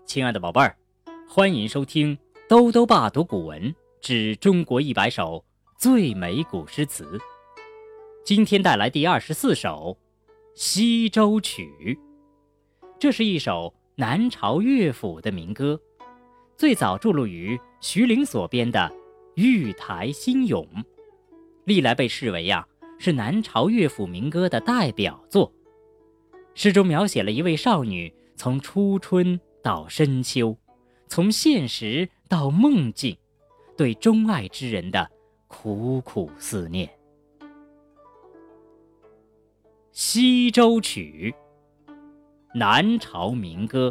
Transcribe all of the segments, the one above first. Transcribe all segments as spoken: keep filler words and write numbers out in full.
亲爱的宝贝儿，欢迎收听兜兜爸读古文之中国一百首最美古诗词。今天带来第二十四首《西洲曲》，这是一首南朝乐府的民歌，最早著录于徐陵所编的《玉台新咏》，历来被视为呀、啊、是南朝乐府民歌的代表作。诗中描写了一位少女从初春到深秋，从现实到梦境，对钟爱之人的苦苦思念。西洲曲，南朝民歌。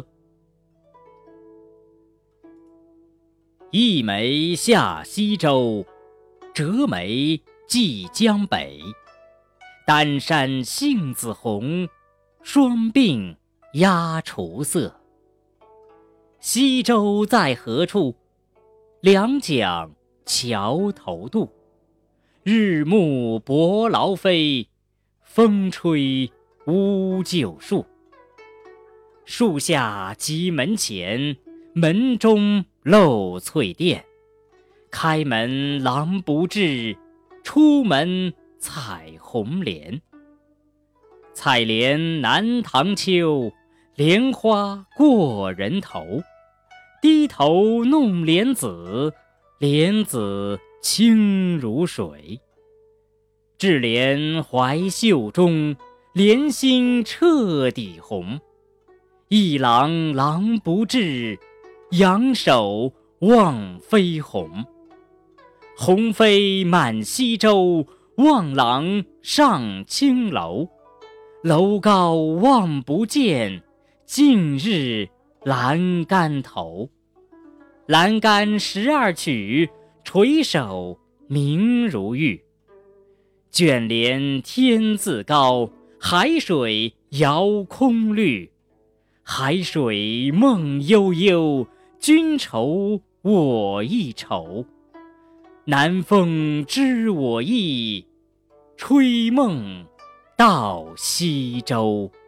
一枚下西洲，折梅寄江北。丹山杏子红，双鬓鸦雏色。西洲在何处？两桨桥头渡。日暮伯劳飞，风吹乌桕树。树下鸡门前，门中漏翠电。开门狼不至，出门采红莲。采莲南塘秋，莲花过人头。低头弄莲子，莲子清如水。置莲怀袖中，莲心彻底红。一郎郎不至，仰首望飞鸿。鸿飞满西洲，望郎上青楼。楼高望不见，近日栏杆头。栏杆十二曲，垂首明如玉。卷帘天自高，海水遥空绿。海水梦悠悠，君愁我亦愁。南风知我意，吹梦到西洲。